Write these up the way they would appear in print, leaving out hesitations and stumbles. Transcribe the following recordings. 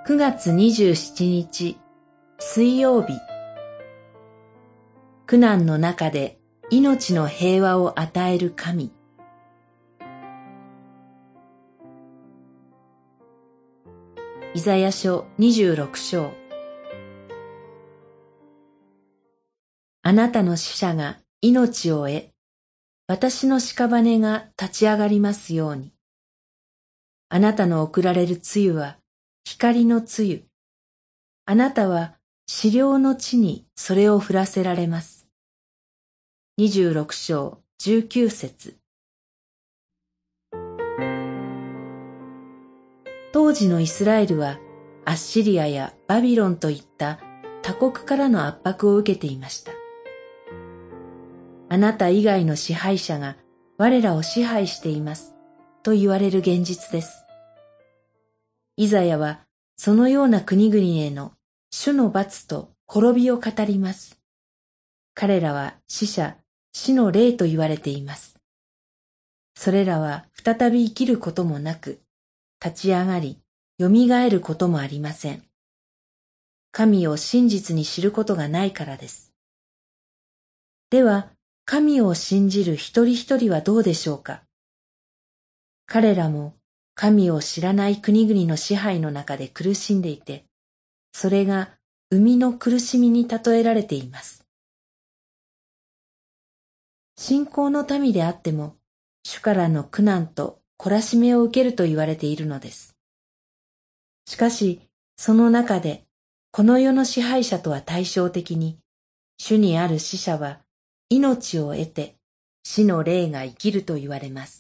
9月27日、水曜日。苦難の中で命の平和を与える神。イザヤ書26章。あなたの使者が命を得、私の屍が立ち上がりますように。あなたの送られる露は光の露。あなたは死霊の地にそれを降らせられます。26章19節。当時のイスラエルはアッシリアやバビロンといった他国からの圧迫を受けていました。あなた以外の支配者が我らを支配していますと言われる現実です。イザヤはそのような国々への主の罰と滅びを語ります。彼らは死者、死の霊と言われています。それらは再び生きることもなく、立ち上がり、蘇ることもありません。神を真実に知ることがないからです。では、神を信じる一人一人はどうでしょうか。彼らも神を知らない国々の支配の中で苦しんでいて、それが生みの苦しみに例えられています。信仰の民であっても、主からの苦難と懲らしめを受けると言われているのです。しかし、その中で、この世の支配者とは対照的に、主にある死者は命を得て、死の霊が生きると言われます。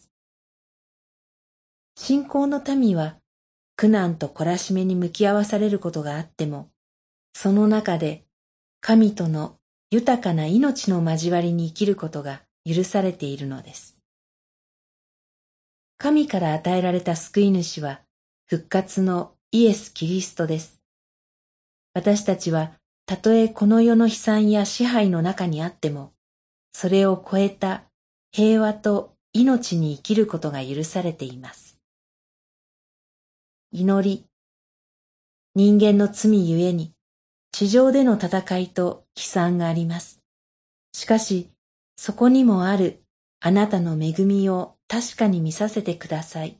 信仰の民は、苦難と懲らしめに向き合わされることがあっても、その中で神との豊かな命の交わりに生きることが許されているのです。神から与えられた救い主は復活のイエス・キリストです。私たちはたとえこの世の悲惨や支配の中にあっても、それを超えた平和と命に生きることが許されています。祈り。人間の罪ゆえに、地上での戦いと悲惨があります。しかし、そこにもあるあなたの恵みを確かに見させてください。